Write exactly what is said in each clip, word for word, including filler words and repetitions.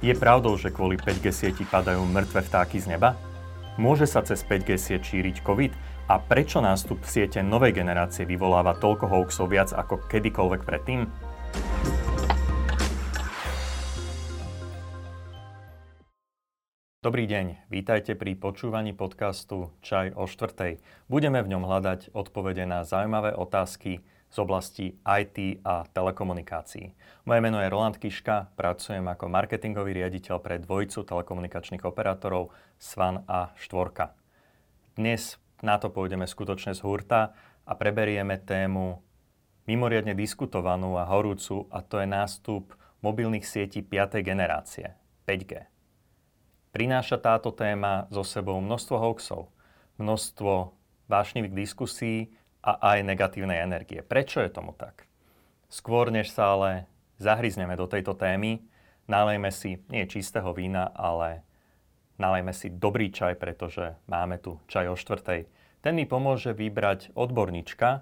Je pravdou, že kvôli päť G sieti padajú mŕtve vtáky z neba? Môže sa cez päť G sieť šíriť COVID? A prečo nástup siete novej generácie vyvoláva toľko hoaxov viac ako kedykoľvek predtým? Dobrý deň, vítajte pri počúvaní podcastu Čaj o štvrtej. Budeme v ňom hľadať odpovede na zaujímavé otázky z oblasti í té a telekomunikácií. Moje meno je Roland Kiška, pracujem ako marketingový riaditeľ pre dvojicu telekomunikačných operátorov Svan a Štvorka. Dnes na to pôjdeme skutočne z hurta a preberieme tému mimoriadne diskutovanú a horúcu, a to je nástup mobilných sietí piatej generácie, päť G. Prináša táto téma so sebou množstvo hoaxov, množstvo vášnivých diskusí a aj negatívnej energie. Prečo je tomu tak? Skôr než sa ale zahryzneme do tejto témy, nalejme si nie čistého vína, ale nalejme si dobrý čaj, pretože máme tu čaj o štvrtej. Ten mi pomôže vybrať odborníčka,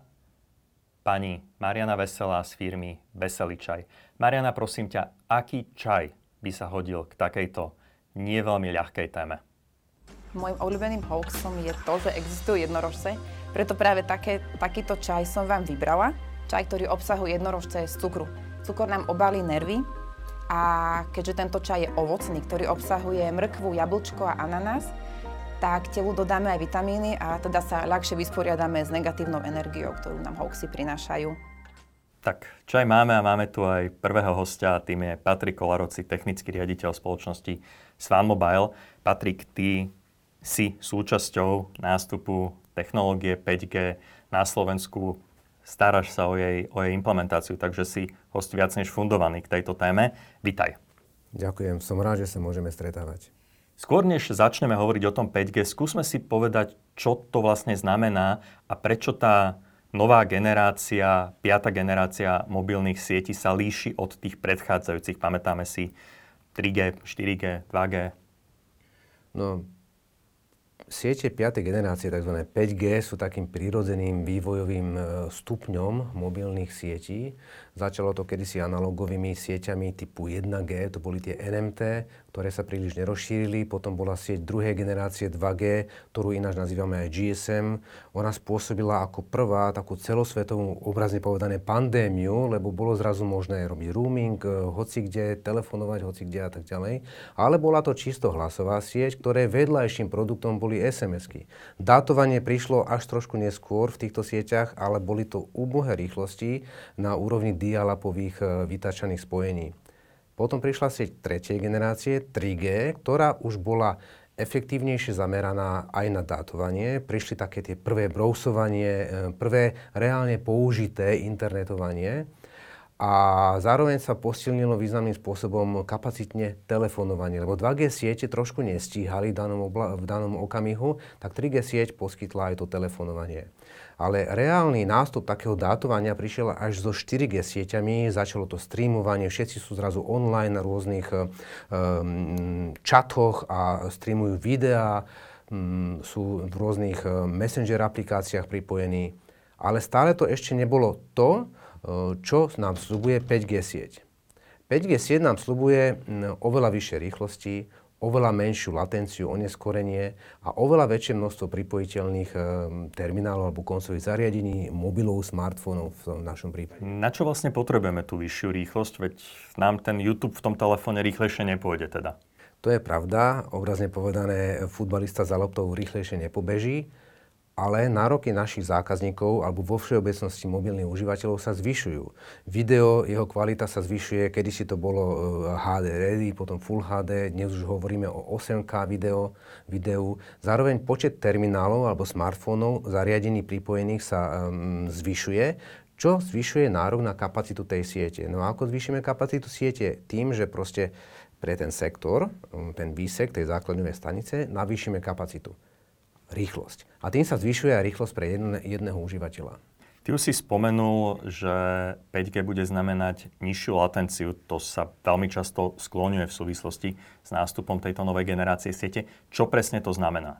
pani Mariana Veselá z firmy Veselý čaj. Mariana, prosím ťa, aký čaj by sa hodil k takejto nie veľmi ľahkej téme? Mojím obľúbeným hoaxom je to, že existujú jednorožce, preto práve také, takýto čaj som vám vybrala. Čaj, ktorý obsahuje jednorožce z cukru. Cukor nám obalí nervy a keďže tento čaj je ovocný, ktorý obsahuje mrkvu, jablčko a ananás, tak telu dodáme aj vitamíny a teda sa ľahšie vysporiadame s negatívnou energiou, ktorú nám hoaxy prinášajú. Tak, čaj máme a máme tu aj prvého hostia, tým je Patrik Kolaroci, technický riaditeľ spoločnosti Svan Mobile. Patrik, ty si súčasťou nástupu technológie päť G na Slovensku, staráš sa o jej, o jej implementáciu, takže si host viac než fundovaný k tejto téme. Vitaj. Ďakujem, som rád, že sa môžeme stretávať. Skôr než začneme hovoriť o tom päť G, skúsme si povedať, čo to vlastne znamená a prečo tá nová generácia, piata generácia mobilných sietí sa líši od tých predchádzajúcich. Pamätáme si tri G, štyri G, dva G. No, siete piatej generácie, tzv. päť G, sú takým prirodzeným vývojovým stupňom mobilných sietí. Začalo to kedysi analogovými sieťami typu jeden G, to boli tie en em té, ktoré sa príliš nerozšírili. Potom bola sieť druhej generácie dva G, ktorú ináč nazývame aj G S M. Ona spôsobila ako prvá takú celosvetovú, obrazne povedané, pandémiu, lebo bolo zrazu možné robiť roaming, hocikde, telefonovať hocikde a tak ďalej. Ale bola to čisto hlasová sieť, ktoré vedľajším produktom boli es em esky. Dátovanie prišlo až trošku neskôr v týchto sieťach, ale boli to úbohé rýchlosti na úrovni dial-upových vytáčaných spojení. Potom prišla sieť tretej generácie, tri G, ktorá už bola efektívnejšie zameraná aj na dátovanie. Prišli také tie prvé browsovanie, prvé reálne použité internetovanie. A zároveň sa posilnilo významným spôsobom kapacitne telefonovanie, lebo dva G siete trošku nestíhali v danom, obla- v danom okamihu, tak tri G sieť poskytla aj to telefonovanie. Ale reálny nástup takého dátovania prišiel až so štyri G sieťami, začalo to streamovanie, všetci sú zrazu online na rôznych um, čatoch a streamujú videá, um, sú v rôznych um, messenger aplikáciách pripojení, ale stále to ešte nebolo to, čo nám sľubuje päť G sieť. päť G sieť nám sľubuje oveľa vyššie rýchlosti, oveľa menšiu latenciu, oneskorenie a oveľa väčšie množstvo pripojiteľných terminálov alebo koncových zariadení, mobilov, smartfónov v našom prípade. Na čo vlastne potrebujeme tú vyššiu rýchlosť? Veď nám ten YouTube v tom telefóne rýchlejšie nepôjde teda. To je pravda. Obrazne povedané, futbalista za loptou rýchlejšie nepobeží. Ale nároky našich zákazníkov alebo vo všeobecnosti mobilných užívateľov sa zvyšujú. Video, jeho kvalita sa zvyšuje, kedysi to bolo há dé ready, potom Full há dé, dnes už hovoríme o osem ká video, videu. Zároveň počet terminálov alebo smartfónov zariadení pripojených sa um, zvyšuje, čo zvyšuje nárok na kapacitu tej siete. No a ako zvýšime kapacitu siete? Tým, že proste pre ten sektor, ten výsek tej základňovej stanice, navýšime kapacitu. Rýchlosť. A tým sa zvyšuje aj rýchlosť pre jedne, jedného užívateľa. Ty už si spomenul, že päť G bude znamenať nižšiu latenciu. To sa veľmi často skloňuje v súvislosti s nástupom tejto novej generácie siete. Čo presne to znamená?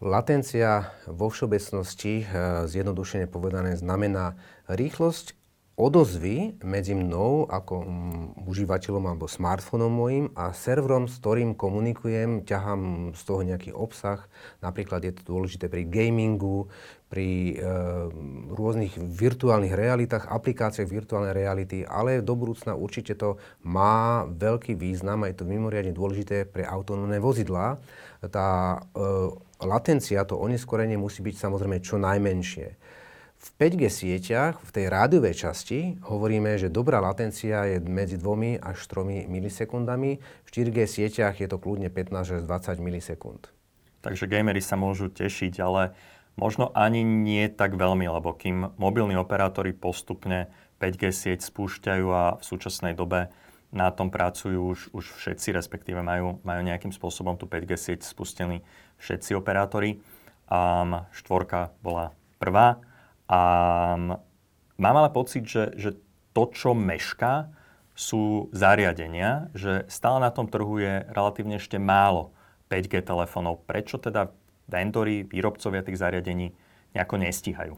Latencia vo všeobecnosti, zjednodušene povedané, znamená rýchlosť odozvy medzi mnou ako um, užívateľom alebo smartfónom mojím a serverom, s ktorým komunikujem, ťahám z toho nejaký obsah. Napríklad je to dôležité pri gamingu, pri e, rôznych virtuálnych realitách, aplikáciách virtuálnej reality, ale do budúcna určite to má veľký význam a je to mimoriadne dôležité pre autonómne vozidlá. Tá e, latencia, to oneskorenie musí byť samozrejme čo najmenšie. V päť G sieťach, v tej rádiovej časti, hovoríme, že dobrá latencia je medzi dvomi až tromi milisekundami. V štyri G sieťach je to kľudne pätnásť až dvadsať milisekúnd. Takže gamery sa môžu tešiť, ale možno ani nie tak veľmi, lebo kým mobilní operátori postupne päť G sieť spúšťajú a v súčasnej dobe na tom pracujú už, už všetci, respektíve majú, majú nejakým spôsobom tú päť G sieť spustení všetci operátori. Um, štvorka bola prvá. A mám ale pocit, že, že to, čo mešká, sú zariadenia, že stále na tom trhu je relatívne ešte málo päť G telefónov. Prečo teda vendori, výrobcovia tých zariadení nejako nestíhajú?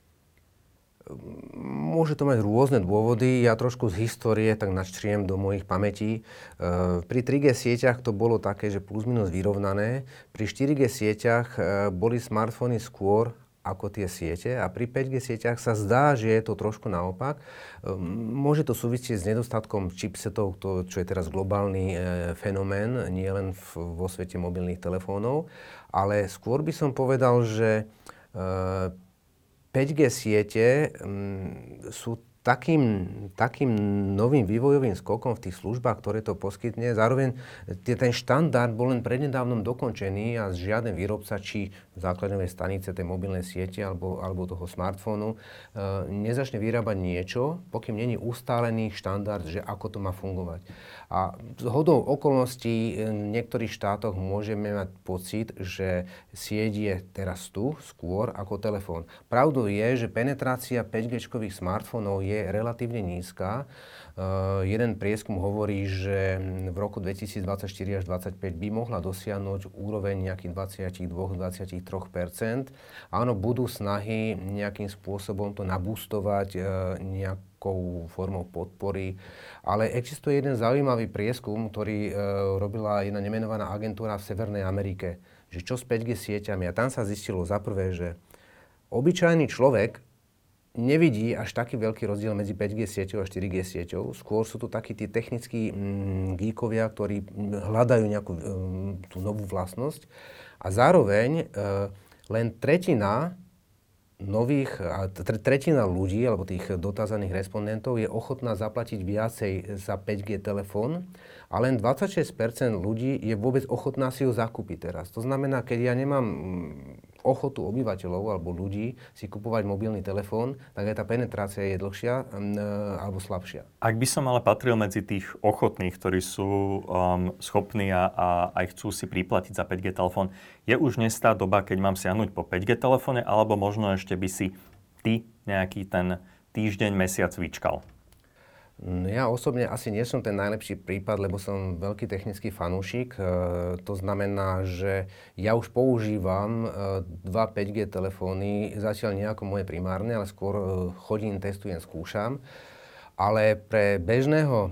Môže to mať rôzne dôvody. Ja trošku z histórie tak načriem do mojich pamätí. Pri tri G sieťach to bolo také, že plus minus vyrovnané. Pri štyri G sieťach boli smartfóny skôr ako tie siete a pri päť G sieťach sa zdá, že je to trošku naopak. Môže to súvisieť s nedostatkom chipsetov, to, čo je teraz globálny e, fenomén, nie len v, vo svete mobilných telefónov, ale skôr by som povedal, že e, päť G siete m, sú takým, takým novým vývojovým skokom v tých službách, ktoré to poskytne. Zároveň ten štandard bol len prednedávnom dokončený a žiaden výrobca, či základňovej stanice tej mobilnej siete alebo, alebo toho smartfónu, e, nezačne vyrábať niečo, pokým není ustálený štandard, že ako to má fungovať. A zhodou okolností v niektorých štátoch môžeme mať pocit, že sieť je teraz tu skôr ako telefón. Pravdou je, že penetrácia päť G-čkových smartfónov je relatívne nízka. Uh, jeden prieskum hovorí, že v roku dvetisícdvadsaťštyri až dvadsaťpäť by mohla dosiahnuť úroveň nejakých dvadsaťdva až dvadsaťtri percent. Áno, budú snahy nejakým spôsobom to nabústovať uh, nejakou formou podpory, ale existuje jeden zaujímavý prieskum, ktorý uh, robila jedna nemenovaná agentúra v Severnej Amerike, že čo s päť G sieťami. A tam sa zistilo za prvé, že obyčajný človek nevidí až taký veľký rozdiel medzi päť G sieťou a štyri G sieťou. Skôr sú tu takí tí technickí mm, geekovia, ktorí hľadajú nejakú mm, tú novú vlastnosť. A zároveň e, len tretina nových, tretina ľudí, alebo tých dotázaných respondentov je ochotná zaplatiť viacej za päť G telefón a len dvadsaťšesť percent ľudí je vôbec ochotná si ho zakúpiť teraz. To znamená, keď ja nemám ochotu obyvateľov alebo ľudí si kupovať mobilný telefón, tak aj tá penetrácia je dlhšia alebo slabšia. Ak by som ale patril medzi tých ochotných, ktorí sú um, schopní a, a aj chcú si priplatiť za päť G telefón, je už dnes tá doba, keď mám siahnuť po päť G telefóne, alebo možno ešte by si ty nejaký ten týždeň, mesiac vyčkal? Ja osobne asi nie som ten najlepší prípad, lebo som veľký technický fanúšik. E, to znamená, že ja už používam e, dva päť G telefóny, zatiaľ nie ako moje primárne, ale skôr e, chodím, testujem, skúšam. Ale pre bežného hm,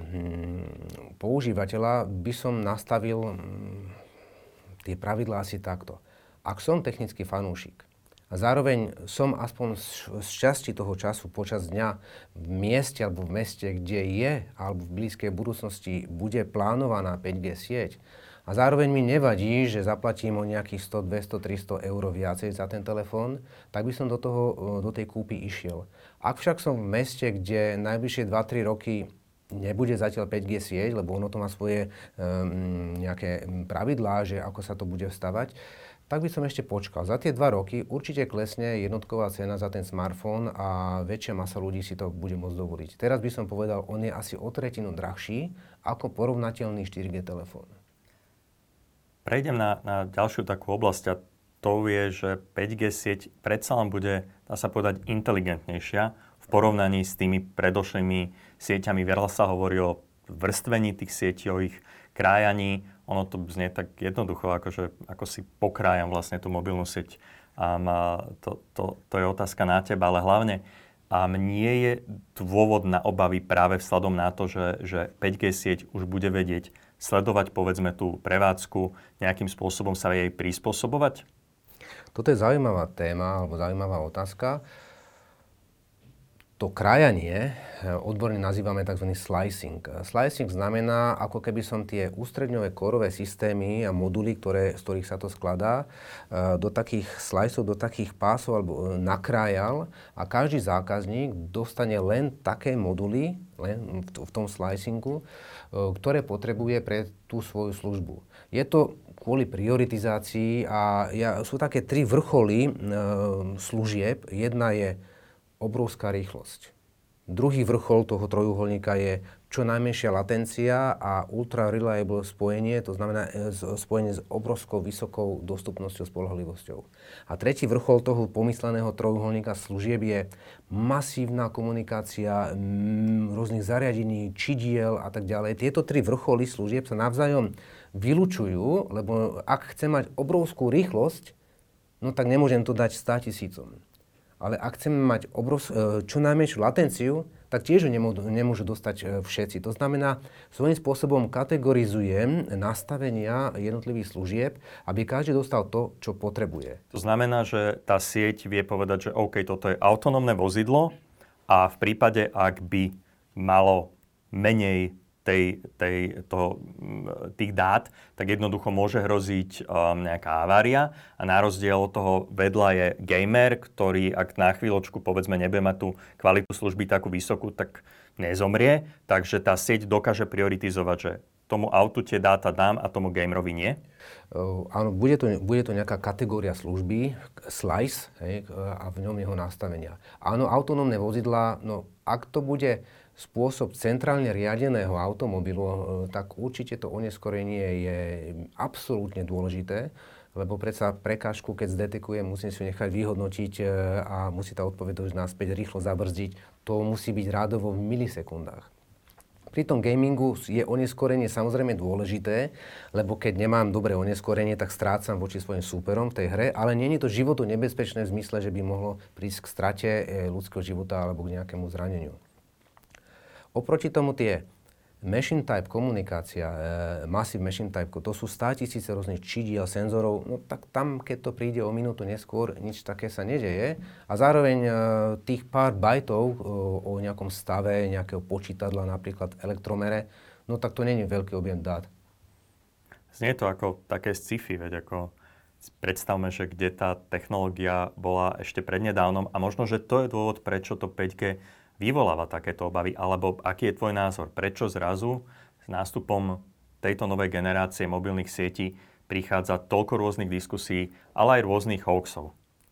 používateľa by som nastavil hm, tie pravidlá asi takto. Ak som technický fanúšik, a zároveň som aspoň z časti toho času počas dňa v mieste alebo v meste, kde je alebo v blízkej budúcnosti bude plánovaná päť G sieť a zároveň mi nevadí, že zaplatím o nejakých sto, dvesto, tristo eur viacej za ten telefón, tak by som do, toho, do tej kúpy išiel. Ak však som v meste, kde najbližšie dva tri roky nebude zatiaľ päť G sieť, lebo ono to má svoje um, nejaké pravidlá, že ako sa to bude vstavať, tak by som ešte počkal. Za tie dva roky určite klesne jednotková cena za ten smartfón a väčšia masa ľudí si to bude môcť dovoliť. Teraz by som povedal, on je asi o tretinu drahší ako porovnateľný štyri G telefón. Prejdem na, na ďalšiu takú oblasť a to je, že päť G sieť predsa len bude, dá sa povedať, inteligentnejšia v porovnaní s tými predošlými sieťami. Veľa sa hovorí o vrstvení tých sietí, o ich krájaní. Ono to znie tak jednoducho, akože, ako si pokrájam vlastne tú mobilnú sieť. Um, to, to, to je otázka na teba, ale hlavne a nie je dôvod na obavy práve vzhľadom na to, že, že päť G sieť už bude vedieť sledovať, povedzme, tú prevádzku, nejakým spôsobom sa jej prispôsobovať? Toto je zaujímavá téma, alebo zaujímavá otázka. To krájanie odborne nazývame tzv. Slicing. Slicing znamená, ako keby som tie ústredňové kórové systémy a moduly, ktoré, z ktorých sa to skladá, do takých sliceov, do takých pásov alebo nakrájal a každý zákazník dostane len také moduly len v tom slicingu, ktoré potrebuje pre tú svoju službu. Je to kvôli prioritizácii a ja, sú také tri vrcholy e, služieb. Jedna je obrovská rýchlosť. Druhý vrchol toho trojuholníka je čo najmenšia latencia a ultra reliable spojenie, to znamená spojenie s obrovskou vysokou dostupnosťou, spoľahlivosťou. A tretí vrchol toho pomysleného trojuholníka služieb je masívna komunikácia m, rôznych zariadení, čidiel a tak ďalej. Tieto tri vrcholy služieb sa navzájom vylučujú, lebo ak chcem mať obrovskú rýchlosť, no tak nemôžem to dať státisícom. Ale ak chceme mať obrov, čo najmenšiu latenciu, tak tiež ju nemôžu, nemôžu dostať všetci. To znamená, svojím spôsobom kategorizujem nastavenia jednotlivých služieb, aby každý dostal to, čo potrebuje. To znamená, že tá sieť vie povedať, že OK, toto je autonómne vozidlo a v prípade, ak by malo menej tej, tej, toho, tých dát, tak jednoducho môže hroziť um, nejaká havária a na rozdiel od toho vedľa je gamer, ktorý ak na chvíľočku povedzme nebude mať tú kvalitu služby takú vysokú, tak nezomrie, takže tá sieť dokáže prioritizovať, že tomu autu tie dáta dám a tomu gamerovi nie? Uh, áno, bude to, bude to nejaká kategória služby, slice, hej, a v ňom jeho nastavenia. Áno, autonómne vozidlá, no ak to bude spôsob centrálne riadeného automobilu, tak určite to oneskorenie je absolútne dôležité, lebo predsa prekážku, keď zdetekuje, musím si ju nechať vyhodnotiť a musí tá odpoveď naspäť rýchlo zabrzdiť. To musí byť rádovo v milisekundách. Pri tom gamingu je oneskorenie samozrejme dôležité, lebo keď nemám dobré oneskorenie, tak strácam voči svojim súperom v tej hre, ale nie je to životu nebezpečné v zmysle, že by mohlo prísť k strate ľudského života alebo k nejakému zraneniu. Oproti tomu tie machine type komunikácia, e, massive machine type, to sú státisíce rôznych čidiel, senzorov, no tak tam, keď to príde o minútu neskôr, nič také sa nedeje. A zároveň e, tých pár bajtov e, o nejakom stave, nejakého počítadla, napríklad elektromere, no tak to nie je veľký objem dát. Znie to ako také sci-fi, veď ako predstavme, že kde tá technológia bola ešte prednedávnom a možno, že to je dôvod, prečo to päť G vyvoláva takéto obavy, alebo aký je tvoj názor? Prečo zrazu s nástupom tejto novej generácie mobilných sietí prichádza toľko rôznych diskusí, ale aj rôznych hoaxov?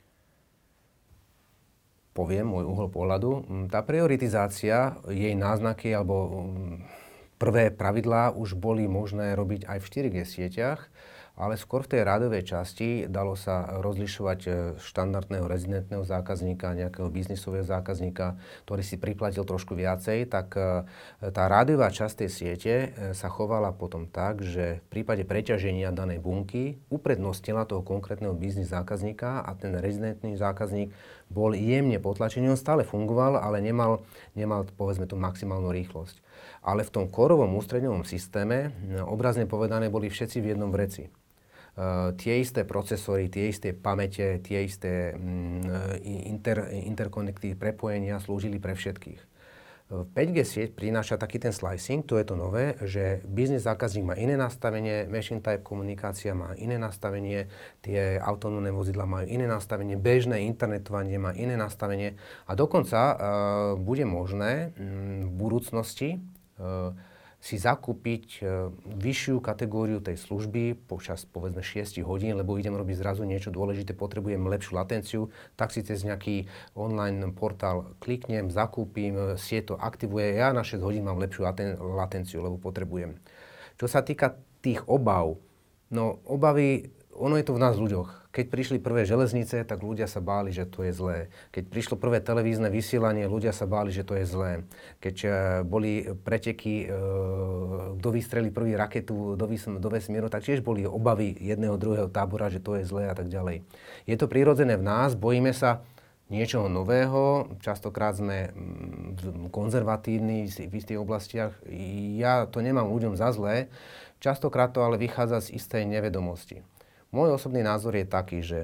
Poviem môj uhol pohľadu. Tá prioritizácia, jej náznaky alebo prvé pravidlá už boli možné robiť aj v štyri G sieťach, ale skôr v tej rádovej časti dalo sa rozlišovať štandardného rezidentného zákazníka, nejakého biznisového zákazníka, ktorý si priplatil trošku viacej, tak tá rádiová časť tej siete sa chovala potom tak, že v prípade preťaženia danej bunky uprednostnila toho konkrétneho biznis zákazníka a ten rezidentný zákazník bol jemne potlačený. On stále fungoval, ale nemal, nemal povedzme tú maximálnu rýchlosť. Ale v tom kórovom ústredňovom systéme, obrazne povedané, boli všetci v jednom vreci. Uh, tie isté procesory, tie isté pamäte, tie isté um, inter, interkonekty, prepojenia slúžili pre všetkých. Uh, päť G sieť prináša taký ten slicing, to je to nové, že biznis zákazník má iné nastavenie, machine type komunikácia má iné nastavenie, tie autonómne vozidlá majú iné nastavenie, bežné internetovanie má iné nastavenie a dokonca uh, bude možné um, v budúcnosti uh, si zakúpiť e, vyššiu kategóriu tej služby počas povedzme šesť hodín, lebo idem robiť zrazu niečo dôležité, potrebujem lepšiu latenciu, tak si cez nejaký online portál kliknem, zakúpim, sieť to aktivuje, ja na šesť hodín mám lepšiu laten- latenciu, lebo potrebujem. Čo sa týka tých obav, no obavy, ono je to v nás ľuďoch. Keď prišli prvé železnice, tak ľudia sa báli, že to je zlé. Keď prišlo prvé televízne vysielanie, ľudia sa báli, že to je zlé. Keď uh, boli preteky, uh, kto vystrelí prvý raketu do, vys- do vesmíru, tak tiež boli obavy jedného, druhého tábora, že to je zlé a tak ďalej. Je to prirodzené v nás, bojíme sa niečoho nového. Častokrát sme konzervatívni v istých oblastiach. Ja to nemám ľuďom za zlé. Častokrát to ale vychádza z istej nevedomosti. Môj osobný názor je taký, že e,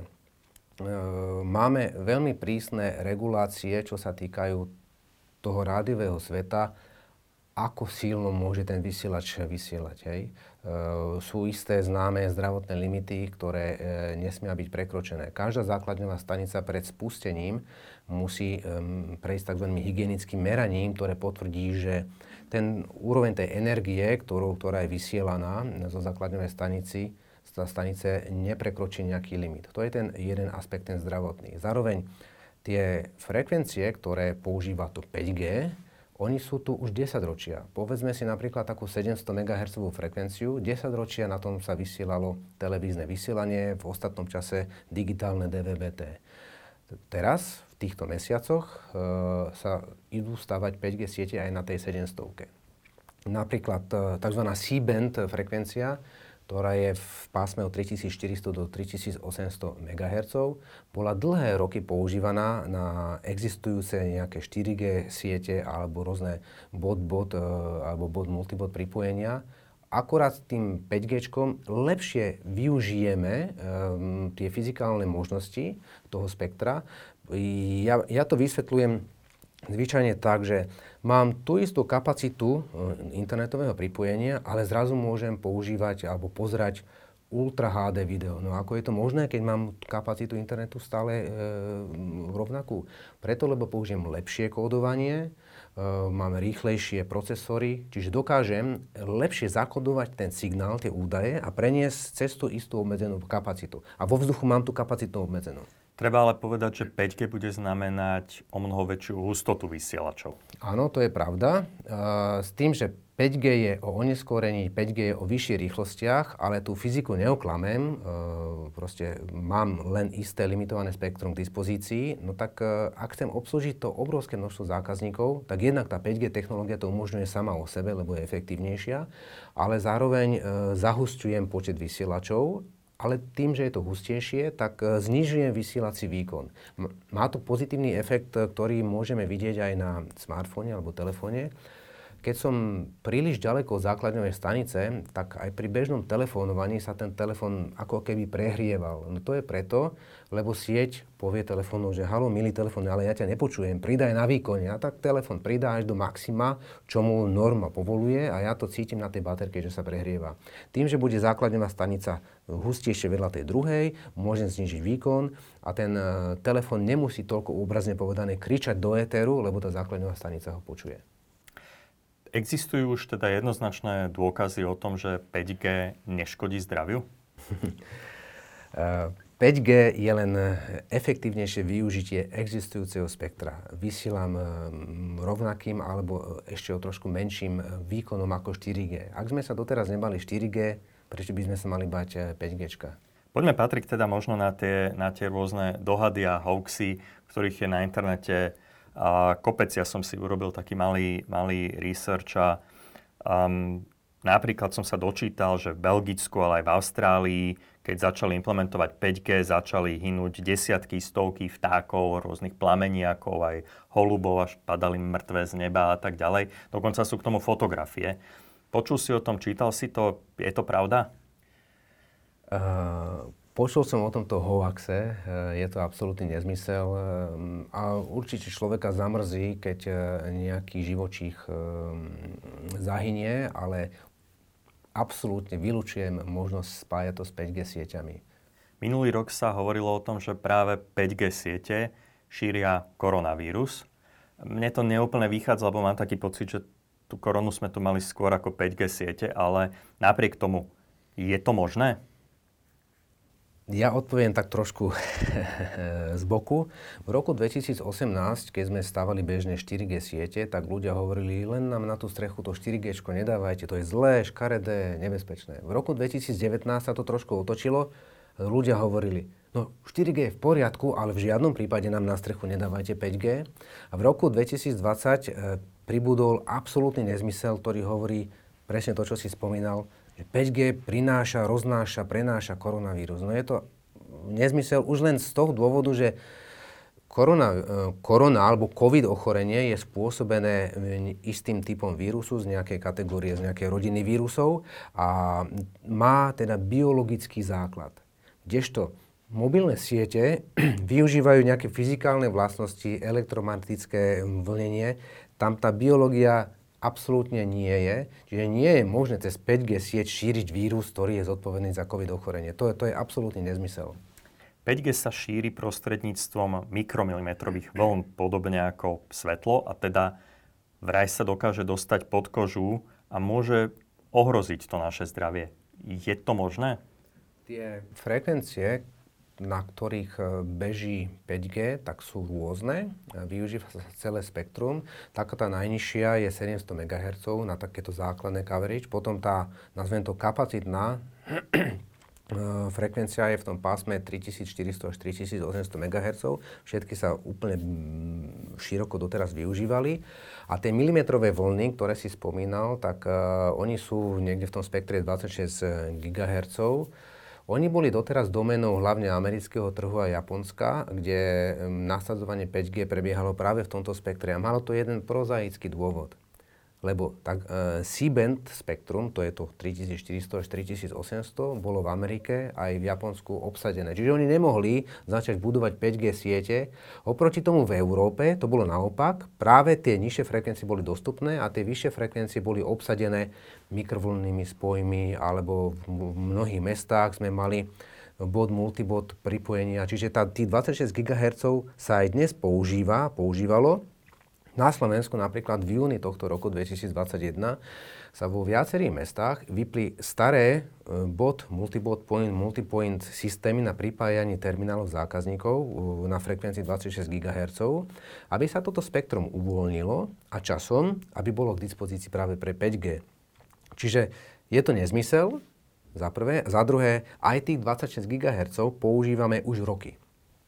máme veľmi prísne regulácie, čo sa týkajú toho rádiového sveta, ako silno môže ten vysielač vysielať. Hej. E, sú isté známe zdravotné limity, ktoré e, nesmia byť prekročené. Každá základňová stanica pred spustením musí e, prejsť tzv. Hygienickým meraním, ktoré potvrdí, že ten úroveň tej energie, ktorú, ktorá je vysielaná zo základňovej stanici, stanice neprekročí nejaký limit. To je ten jeden aspekt, ten zdravotný. Zároveň tie frekvencie, ktoré používa to päť G, oni sú tu už desaťročia. Povedzme si napríklad takú sedemsto megahertzovú frekvenciu. desaťročia na tom sa vysielalo televízne vysielanie, v ostatnom čase digitálne dé vé bé té. Teraz, v týchto mesiacoch, e, sa idú stavať päť G siete aj na tej sedemstovke. Napríklad e, tzv. C-band frekvencia, ktorá je v pásme od tritisícštyristo do tritisícosemsto megahertzov, bola dlhé roky používaná na existujúce nejaké štyri G siete alebo rôzne bod-bod alebo bod-multibod pripojenia. Akorát s tým päť G lepšie využijeme um, tie fyzikálne možnosti toho spektra. Ja, ja to vysvetľujem zvyčajne tak, že mám tú istú kapacitu internetového pripojenia, ale zrazu môžem používať alebo pozerať Ultra há dé video. No ako je to možné, keď mám kapacitu internetu stále e, rovnakú? Preto, lebo použijem lepšie kódovanie, e, máme rýchlejšie procesory, čiže dokážem lepšie zakodovať ten signál, tie údaje a preniesť cez tú istú obmedzenú kapacitu. A vo vzduchu mám tú kapacitu obmedzenú. Treba ale povedať, že päť G bude znamenať o mnoho väčšiu hustotu vysielačov. Áno, to je pravda. E, s tým, že päť G je o oneskorení, päť G je o vyšších rýchlostiach, ale tú fyziku neoklamem, e, proste mám len isté limitované spektrum k dispozícii, no tak e, ak chcem obslužiť to obrovské množstvo zákazníkov, tak jednak tá päť G technológia to umožňuje sama o sebe, lebo je efektívnejšia, ale zároveň e, zahusťujem počet vysielačov, ale tým, že je to hustejšie, tak znižujem vysielací výkon. Má to pozitívny efekt, ktorý môžeme vidieť aj na smartfóne alebo telefóne. Keď som príliš ďaleko od základňovej stanice, tak aj pri bežnom telefónovaní sa ten telefón ako keby prehrieval. No to je preto, lebo sieť povie telefónu, že haló, milý telefón, ale ja ťa nepočujem, pridaj na výkone. A tak telefón pridá až do maxima, čo mu norma povoluje a ja to cítim na tej baterke, že sa prehrieva. Tým, že bude základňová stanica hustejšie vedľa tej druhej, môžem znižiť výkon a ten uh, telefón nemusí toľko obrazne povedané kričať do éteru, lebo tá základňová stanica ho počuje. Existujú už teda jednoznačné dôkazy o tom, že päť G neškodí zdraviu? päť G je len efektívnejšie využitie existujúceho spektra. Vysielam rovnakým alebo ešte o trošku menším výkonom ako štyri G. Ak sme sa doteraz nebali štyri G, prečo by sme sa mali bať päť G? Poďme, Patrik, teda možno na tie, na tie rôzne dohady a hoaxy, ktorých je na internete a kopec. Ja som si urobil taký malý, malý research a um, napríklad som sa dočítal, že v Belgicku, ale aj v Austrálii, keď začali implementovať päť G, začali hynúť desiatky, stovky vtákov, rôznych plameniakov, aj holubov, až padali mŕtve z neba a tak ďalej. Dokonca sú k tomu fotografie. Počul si o tom, čítal si to, je to pravda? Uh... Počul som o tomto hoaxe, je to absolútny nezmysel a určite človeka zamrzí, keď nejaký živočích zahynie, ale absolútne vylučujem možnosť spájať to s päť G sieťami. Minulý rok sa hovorilo o tom, že práve päť G siete šíria koronavírus. Mne to neúplne vychádza, lebo mám taký pocit, že tú koronu sme tu mali skôr ako päť G siete, ale napriek tomu, je to možné? Ja odpoviem tak trošku z boku. V roku dvetisícosemnásť, keď sme stavali bežne štyri G siete, tak ľudia hovorili, len nám na tú strechu to štyri G nedávajte, to je zlé, škaredé, nebezpečné. V roku dvetisícdevätnásť sa to trošku otočilo, ľudia hovorili, no štyri G je v poriadku, ale v žiadnom prípade nám na strechu nedávajte päť G. A v roku dvetisícdvadsať e, pribudol absolútny nezmysel, ktorý hovorí presne to, čo si spomínal, že päť G prináša, roznáša, prenáša koronavírus. No je to nezmysel už len z toho dôvodu, že Korona, korona alebo COVID ochorenie je spôsobené istým typom vírusu z nejakej kategórie, z nejakej rodiny vírusov a má teda biologický základ. Kdežto mobilné siete využívajú nejaké fyzikálne vlastnosti, elektromagnetické vlnenie, tam tá biológia absolútne nie je. Čiže nie je možné cez päť G sieť šíriť vírus, ktorý je zodpovedný za COVID ochorenie. To, to je absolútny nezmysel. päť G sa šíri prostredníctvom mikromilimetrových vln, podobne ako svetlo, a teda vraj sa dokáže dostať pod kožu a môže ohroziť to naše zdravie. Je to možné? Tie frekvencie, na ktorých beží päť G, tak sú rôzne. Využíva sa celé spektrum. Taká tá najnižšia je sedemsto megahertzov na takéto základné coverage. Potom tá, nazvem to kapacitná, frekvencia je v tom pásme tritisícštyristo až tritisícosemsto megahertzov. Všetky sa úplne široko doteraz využívali. A tie milimetrové vlny, ktoré si spomínal, tak uh, oni sú niekde v tom spektre dvadsaťšesť gigahertzov. Oni boli doteraz doménou hlavne amerického trhu a Japonska, kde nasadzovanie päť G prebiehalo práve v tomto spektre. A malo to jeden prozaický dôvod. Lebo tak e, C-band spektrum, to je to tritisícštyristo až tritisícosemsto, bolo v Amerike aj v Japonsku obsadené. Čiže oni nemohli začať budovať päť G siete. Oproti tomu v Európe to bolo naopak. Práve tie nižšie frekvencie boli dostupné a tie vyššie frekvencie boli obsadené mikrovlnnými spojmi, alebo v mnohých mestách sme mali bod, multibod pripojenia. Čiže tá, tých dvadsaťšesť gigahertzov sa aj dnes používa, používalo. Na Slovensku napríklad v júni tohto roku dvetisícdvadsaťjeden sa vo viacerých mestách vypli staré bod, multibod, point, multipoint systémy na pripájanie terminálov zákazníkov na frekvencii dvadsaťšesť gigahertzov, aby sa toto spektrum uvoľnilo a časom, aby bolo k dispozícii práve pre päť G. Čiže je to nezmysel, za prvé. Za druhé, aj tých dvadsaťšesť gigahertzov používame už roky.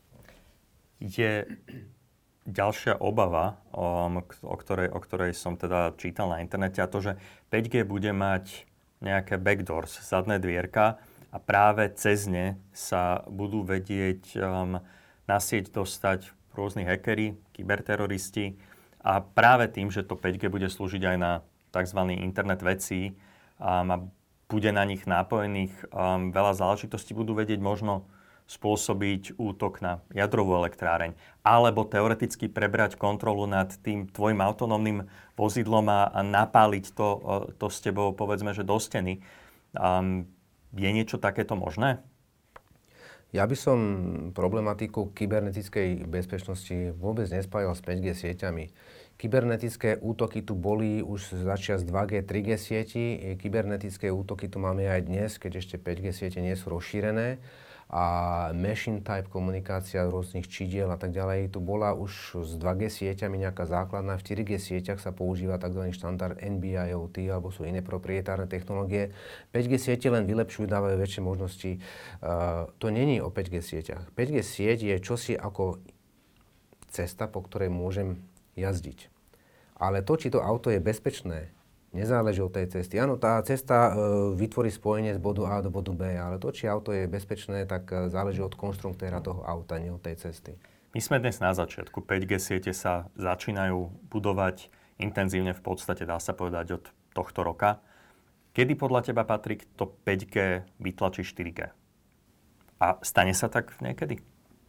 Je ďalšia obava, um, o, ktorej, o ktorej som teda čítal na internete, a to, že päť G bude mať nejaké backdoors, zadné dvierka, a práve cez ne sa budú vedieť um, na sieť dostať rôzni hackeri, kyberteroristi, a práve tým, že to päť G bude slúžiť aj na tzv. Internet vecí um, a bude na nich nápojených um, veľa záležitostí, budú vedieť možno spôsobiť útok na jadrovú elektráreň, alebo teoreticky prebrať kontrolu nad tým tvojim autonómnym vozidlom a, a napáliť to, to s tebou, povedzme, že do steny. Um, je niečo takéto možné? Ja by som problematiku kybernetickej bezpečnosti vôbec nespájal s päť G sieťami. Kybernetické útoky tu boli už začias dva G, tri G sieti. Kybernetické útoky tu máme aj dnes, keď ešte päť G siete nie sú rozšírené. A machine type komunikácia rôznych čídiel a tak ďalej, tu bola už s dva G sieťami nejaká základná. V štyri G sieťach sa používa tzv. Štandard N B I O T, alebo sú iné proprietárne technológie. päť G siete len vylepšujú, dávajú väčšie možnosti. Uh, to není o päť G sieťach. päť G sieť je čosi ako cesta, po ktorej môžem jazdiť. Ale to, či to auto je bezpečné, nezáleží od tej cesty. Áno, tá cesta e, vytvorí spojenie z bodu A do bodu B, ale to, či auto je bezpečné, tak e, záleží od konštruktéra toho auta, nie od tej cesty. My sme dnes na začiatku. päť G siete sa začínajú budovať intenzívne, v podstate dá sa povedať od tohto roka. Kedy podľa teba, Patrik, to päť G vytlačí štyri G? A stane sa tak niekedy?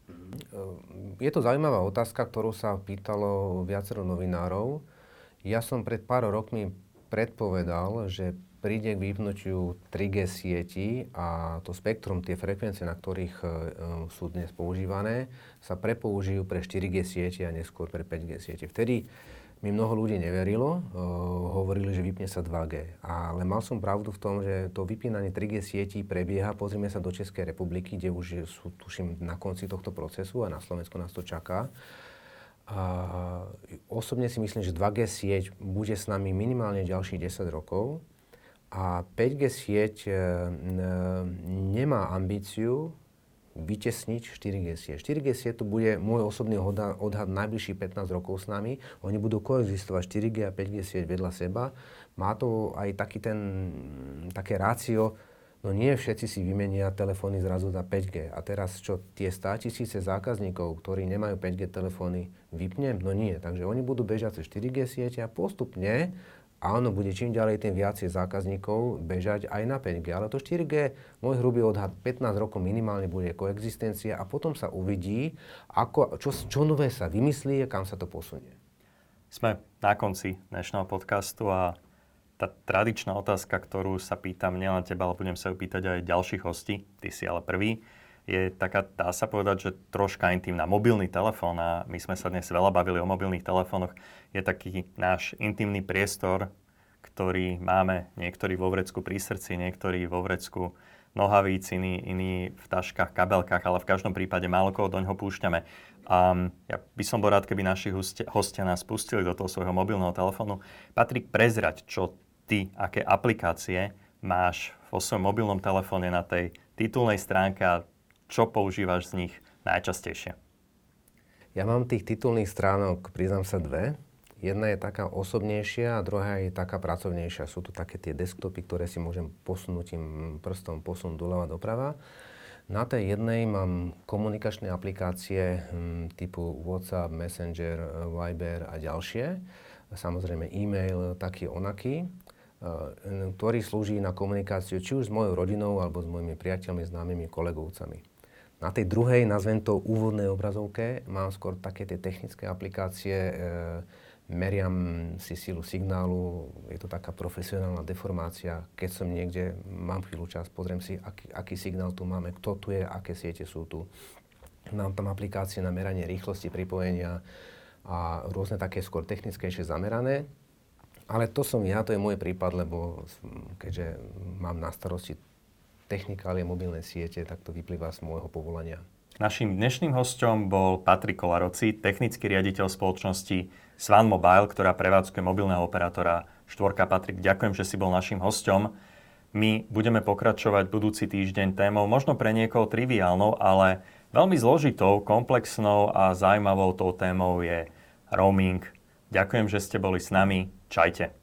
Je to zaujímavá otázka, ktorú sa pýtalo viacero novinárov. Ja som pred pár rokmi predpovedal, že príde k vypnutiu tri G sietí a to spektrum, tie frekvencie, na ktorých e, sú dnes používané, sa prepoužijú pre štyri G siete a neskôr pre päť G siete. Vtedy mi mnoho ľudí neverilo, e, hovorili, že vypne sa dva G. Ale mal som pravdu v tom, že to vypínanie tri G sietí prebieha. Pozrime sa do Českej republiky, kde už sú, tuším, na konci tohto procesu a na Slovensku nás to čaká. A osobne si myslím, že dva G sieť bude s nami minimálne ďalších desať rokov a päť G sieť e, nemá ambíciu vytesniť štyri G sieť. štyri G sieť to bude môj osobný odhad, odhad najbližších pätnásť rokov s nami. Oni budú koexistovať štyri G a päť G sieť vedľa seba. Má to aj taký ten, také rácio No nie všetci si vymenia telefóny zrazu za päť gé. A teraz čo, tie státisíce zákazníkov, ktorí nemajú päť gé telefóny, vypnem? No nie. Takže oni budú bežať cez štyri gé siete a postupne, áno, bude čím ďalej tým viacej zákazníkov bežať aj na päť gé. Ale to štyri gé, môj hrubý odhad, pätnásť rokov minimálne bude koexistencia a potom sa uvidí, ako, čo, čo nové sa vymyslí a kam sa to posunie. Sme na konci dnešného podcastu a tá tradičná otázka, ktorú sa pýtam nielen teba, ale budem sa ju pýtať aj ďalších hostí, ty si ale prvý, je taká, dá sa povedať, že troška intimná. Mobilný telefón, a my sme sa dnes veľa bavili o mobilných telefónoch, je taký náš intimný priestor, ktorý máme niektorí vo vrecku pri srdci, niektorí vo vrecku nohavíc, iní, iní v taškách, kabelkách, ale v každom prípade málo koho doňho púšťame. Um, ja by som bol rád, keby naši hostia, hostia nás pustili do toho svojho mobilného telefónu. Patrik, prezrať, čo ty, aké aplikácie máš vo svojom mobilnom telefóne na tej titulnej stránke a čo používaš z nich najčastejšie? Ja mám tých titulných stránok, priznám sa, dve. Jedna je taká osobnejšia a druhá je taká pracovnejšia. Sú tu také tie desktopy, ktoré si môžem posunúť tým prstom, posunúť doľava doprava. Na tej jednej mám komunikačné aplikácie hm, typu WhatsApp, Messenger, Viber a ďalšie. Samozrejme e-mail, taký onaký, ktorý slúži na komunikáciu či už s mojou rodinou, alebo s mojimi priateľmi, známymi, kolegovcami. Na tej druhej, nazvem to úvodnej obrazovke, mám skôr také tie technické aplikácie, e, meriam si silu signálu, je to taká profesionálna deformácia. Keď som niekde, mám chvíľu čas, pozriem si, aký, aký signál tu máme, kto tu je, aké siete sú tu. Mám tam aplikácie na meranie rýchlosti pripojenia a rôzne také skôr technickejšie zamerané. Ale to som ja, to je môj prípad, lebo keďže mám na starosti technikálie mobilnej siete, tak to vyplýva z môjho povolania. Naším dnešným hosťom bol Patrik Kolaroci, technický riaditeľ spoločnosti Swan Mobile, ktorá prevádzkuje mobilného operátora štvorka. Patrik, ďakujem, že si bol naším hosťom. My budeme pokračovať budúci týždeň témou, možno pre niekoho triviálnou, ale veľmi zložitou, komplexnou a zaujímavou tou témou je roaming. Ďakujem, že ste boli s nami. Čajte.